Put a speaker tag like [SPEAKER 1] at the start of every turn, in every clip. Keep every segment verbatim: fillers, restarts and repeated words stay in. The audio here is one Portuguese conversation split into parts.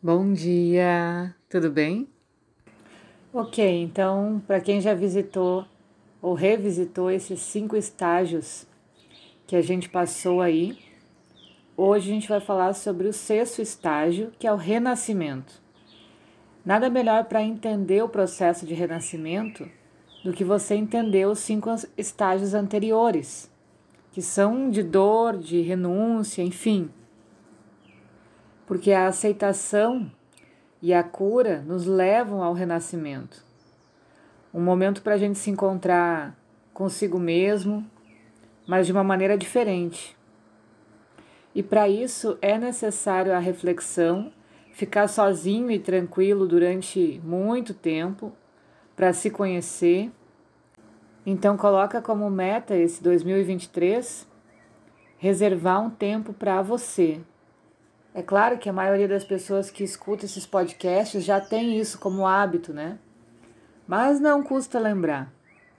[SPEAKER 1] Bom dia, tudo bem? Ok, então, para quem já visitou ou revisitou esses cinco estágios que a gente passou aí, hoje a gente vai falar sobre o sexto estágio, que é o renascimento. Nada melhor para entender o processo de renascimento do que você entender os cinco estágios anteriores, que são de dor, de renúncia, enfim. Porque a aceitação e a cura nos levam ao renascimento. Um momento para a gente se encontrar consigo mesmo, mas de uma maneira diferente. E para isso é necessário a reflexão, ficar sozinho e tranquilo durante muito tempo para se conhecer. Então coloca como meta esse dois mil e vinte e três reservar um tempo para você. É claro que a maioria das pessoas que escutam esses podcasts já tem isso como hábito, né? Mas não custa lembrar.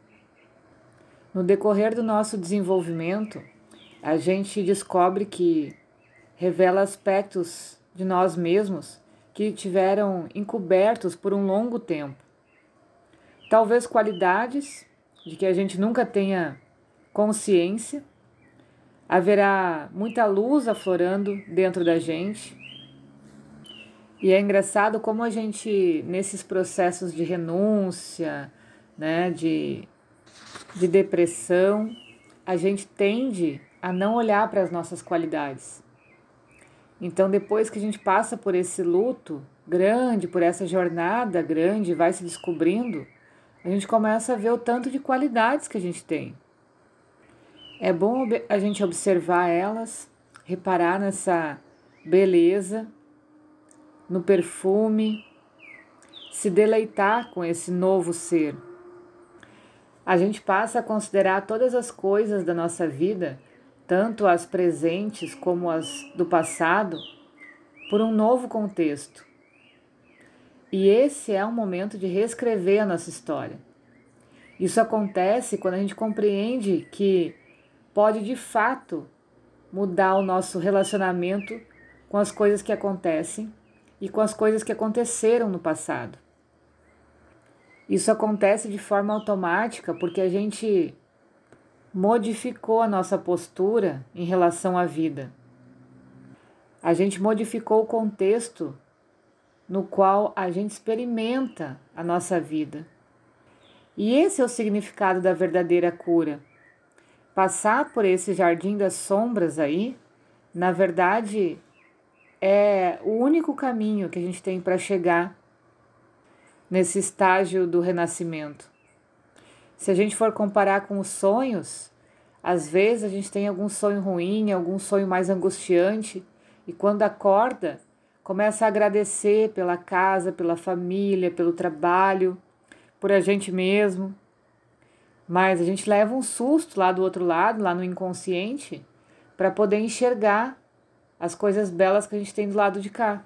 [SPEAKER 1] No decorrer do nosso desenvolvimento, a gente descobre que revela aspectos de nós mesmos que tiveram encobertos por um longo tempo. Talvez qualidades de que a gente nunca tenha consciência. Haverá muita luz aflorando dentro da gente. E é engraçado como a gente, nesses processos de renúncia, né, de, de depressão, a gente tende a não olhar para as nossas qualidades. Então, depois que a gente passa por esse luto grande, por essa jornada grande, vai se descobrindo, a gente começa a ver o tanto de qualidades que a gente tem. É bom a gente observar elas, reparar nessa beleza, no perfume, se deleitar com esse novo ser. A gente passa a considerar todas as coisas da nossa vida, tanto as presentes como as do passado, por um novo contexto. E esse é um momento de reescrever a nossa história. Isso acontece quando a gente compreende que pode de fato mudar o nosso relacionamento com as coisas que acontecem e com as coisas que aconteceram no passado. Isso acontece de forma automática porque a gente modificou a nossa postura em relação à vida. A gente modificou o contexto no qual a gente experimenta a nossa vida. E esse é o significado da verdadeira cura. Passar por esse jardim das sombras aí, na verdade, é o único caminho que a gente tem para chegar nesse estágio do renascimento. Se a gente for comparar com os sonhos, às vezes a gente tem algum sonho ruim, algum sonho mais angustiante, e quando acorda, começa a agradecer pela casa, pela família, pelo trabalho, por a gente mesmo. Mas a gente leva um susto lá do outro lado, lá no inconsciente, para poder enxergar as coisas belas que a gente tem do lado de cá.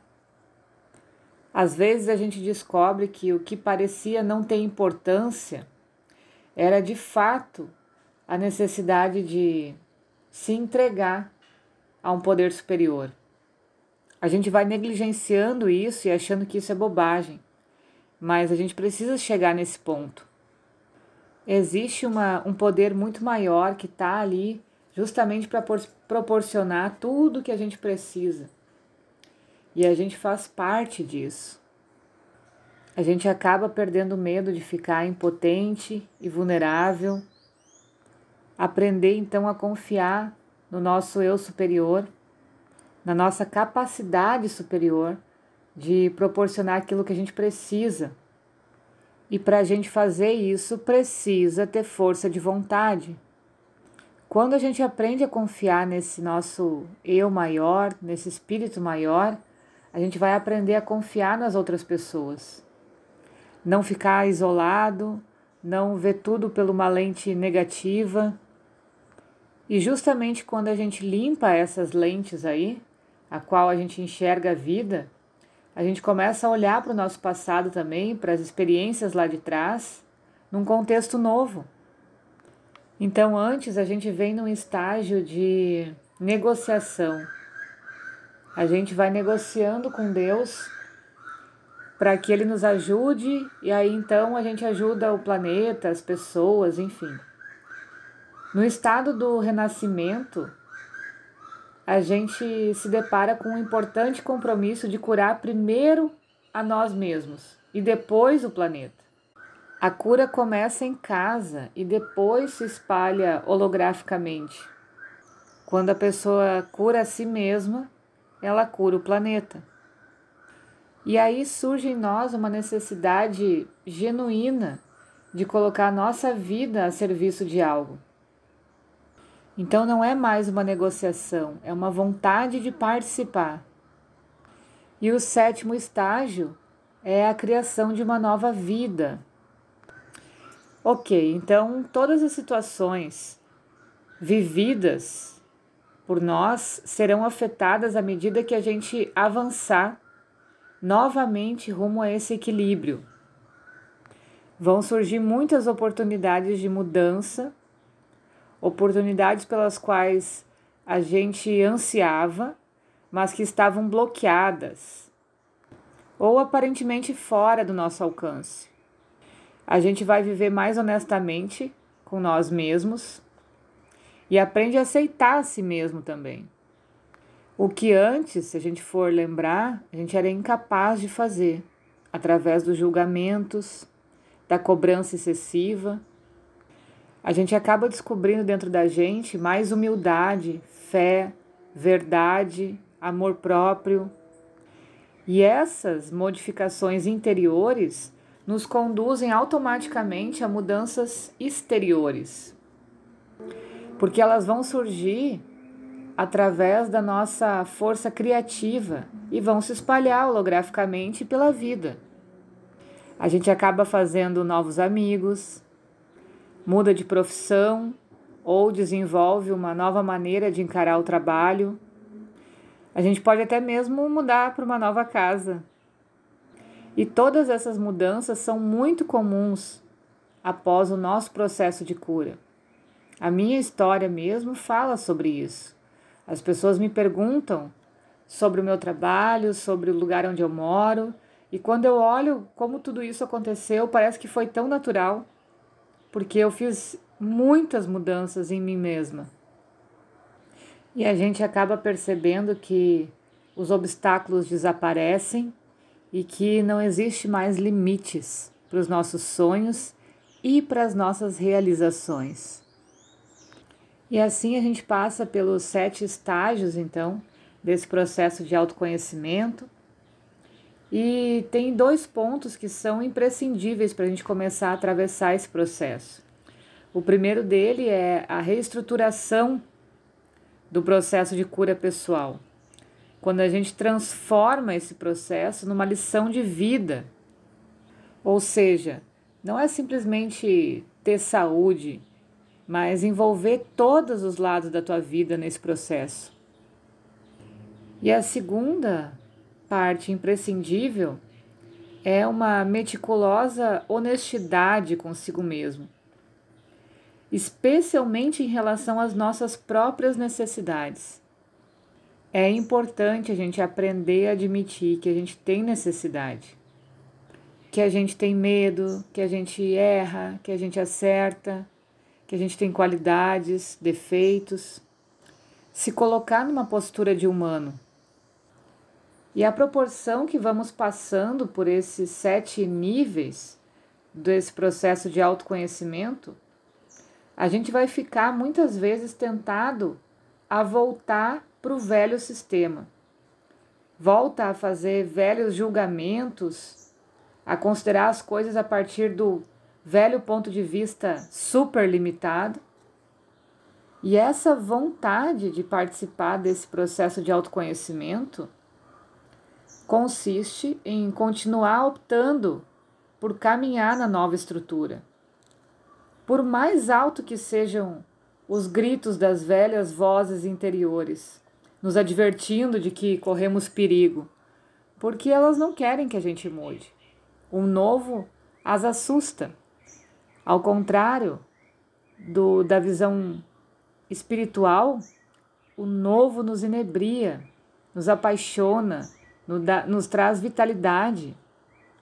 [SPEAKER 1] Às vezes a gente descobre que o que parecia não ter importância era de fato a necessidade de se entregar a um poder superior. A gente vai negligenciando isso e achando que isso é bobagem, mas a gente precisa chegar nesse ponto. Existe uma, um poder muito maior que está ali justamente para proporcionar tudo o que a gente precisa. E a gente faz parte disso. A gente acaba perdendo medo de ficar impotente e vulnerável. Aprender então a confiar no nosso eu superior, na nossa capacidade superior de proporcionar aquilo que a gente precisa. E para a gente fazer isso, precisa ter força de vontade. Quando a gente aprende a confiar nesse nosso eu maior, nesse espírito maior, a gente vai aprender a confiar nas outras pessoas. Não ficar isolado, não ver tudo por uma lente negativa. E justamente quando a gente limpa essas lentes aí, a qual a gente enxerga a vida, a gente começa a olhar para o nosso passado também, para as experiências lá de trás, num contexto novo. Então, antes a gente vem num estágio de negociação. A gente vai negociando com Deus para que ele nos ajude, e aí então a gente ajuda o planeta, as pessoas, enfim. No estado do renascimento, a gente se depara com um importante compromisso de curar primeiro a nós mesmos e depois o planeta. A cura começa em casa e depois se espalha holograficamente. Quando a pessoa cura a si mesma, ela cura o planeta. E aí surge em nós uma necessidade genuína de colocar a nossa vida a serviço de algo. Então não é mais uma negociação, é uma vontade de participar. E o sétimo estágio é a criação de uma nova vida. Ok, então todas as situações vividas por nós serão afetadas à medida que a gente avançar novamente rumo a esse equilíbrio. Vão surgir muitas oportunidades de mudança, oportunidades pelas quais a gente ansiava, mas que estavam bloqueadas ou aparentemente fora do nosso alcance. A gente vai viver mais honestamente com nós mesmos e aprende a aceitar a si mesmo também. O que antes, se a gente for lembrar, a gente era incapaz de fazer, através dos julgamentos, da cobrança excessiva. A gente acaba descobrindo dentro da gente mais humildade, fé, verdade, amor próprio. E essas modificações interiores nos conduzem automaticamente a mudanças exteriores, porque elas vão surgir através da nossa força criativa e vão se espalhar holograficamente pela vida. A gente acaba fazendo novos amigos, muda de profissão ou desenvolve uma nova maneira de encarar o trabalho. A gente pode até mesmo mudar para uma nova casa. E todas essas mudanças são muito comuns após o nosso processo de cura. A minha história mesmo fala sobre isso. As pessoas me perguntam sobre o meu trabalho, sobre o lugar onde eu moro, e quando eu olho como tudo isso aconteceu, parece que foi tão natural, porque eu fiz muitas mudanças em mim mesma. E a gente acaba percebendo que os obstáculos desaparecem e que não existe mais limites para os nossos sonhos e para as nossas realizações. E assim a gente passa pelos sete estágios, então, desse processo de autoconhecimento. E tem dois pontos que são imprescindíveis para a gente começar a atravessar esse processo. O primeiro dele é a reestruturação do processo de cura pessoal. Quando a gente transforma esse processo numa lição de vida. Ou seja, não é simplesmente ter saúde, mas envolver todos os lados da tua vida nesse processo. E a segunda parte imprescindível é uma meticulosa honestidade consigo mesmo, especialmente em relação às nossas próprias necessidades. É importante a gente aprender a admitir que a gente tem necessidade, que a gente tem medo, que a gente erra, que a gente acerta, que a gente tem qualidades, defeitos, se colocar numa postura de humano. E a proporção que vamos passando por esses sete níveis desse processo de autoconhecimento, a gente vai ficar muitas vezes tentado a voltar para o velho sistema. Volta a fazer velhos julgamentos, a considerar as coisas a partir do velho ponto de vista super limitado. E essa vontade de participar desse processo de autoconhecimento consiste em continuar optando por caminhar na nova estrutura. Por mais alto que sejam os gritos das velhas vozes interiores, nos advertindo de que corremos perigo, porque elas não querem que a gente mude. O novo as assusta. Ao contrário do, da visão espiritual, o novo nos inebria, nos apaixona, nos, dá, nos traz vitalidade.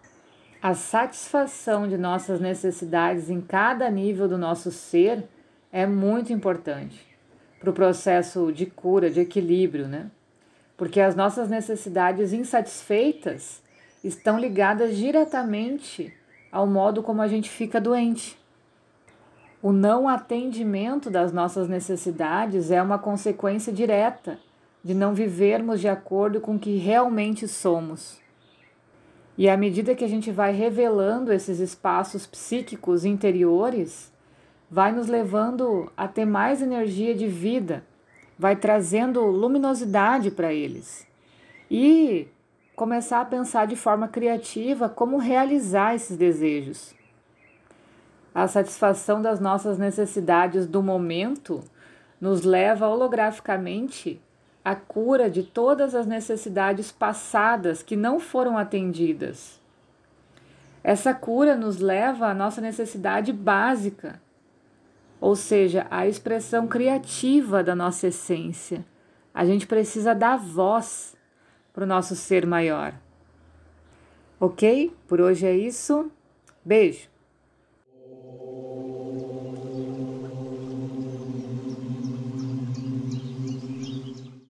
[SPEAKER 1] A satisfação de nossas necessidades em cada nível do nosso ser é muito importante para o processo de cura, de equilíbrio, né? Porque as nossas necessidades insatisfeitas estão ligadas diretamente ao modo como a gente fica doente. O não atendimento das nossas necessidades é uma consequência direta de não vivermos de acordo com o que realmente somos. E à medida que a gente vai revelando esses espaços psíquicos interiores, vai nos levando a ter mais energia de vida, vai trazendo luminosidade para eles. E começar a pensar de forma criativa como realizar esses desejos. A satisfação das nossas necessidades do momento nos leva holograficamente à cura de todas as necessidades passadas que não foram atendidas. Essa cura nos leva à nossa necessidade básica, ou seja, à expressão criativa da nossa essência. A gente precisa dar voz para o nosso ser maior. Ok? Por hoje é isso. Beijo!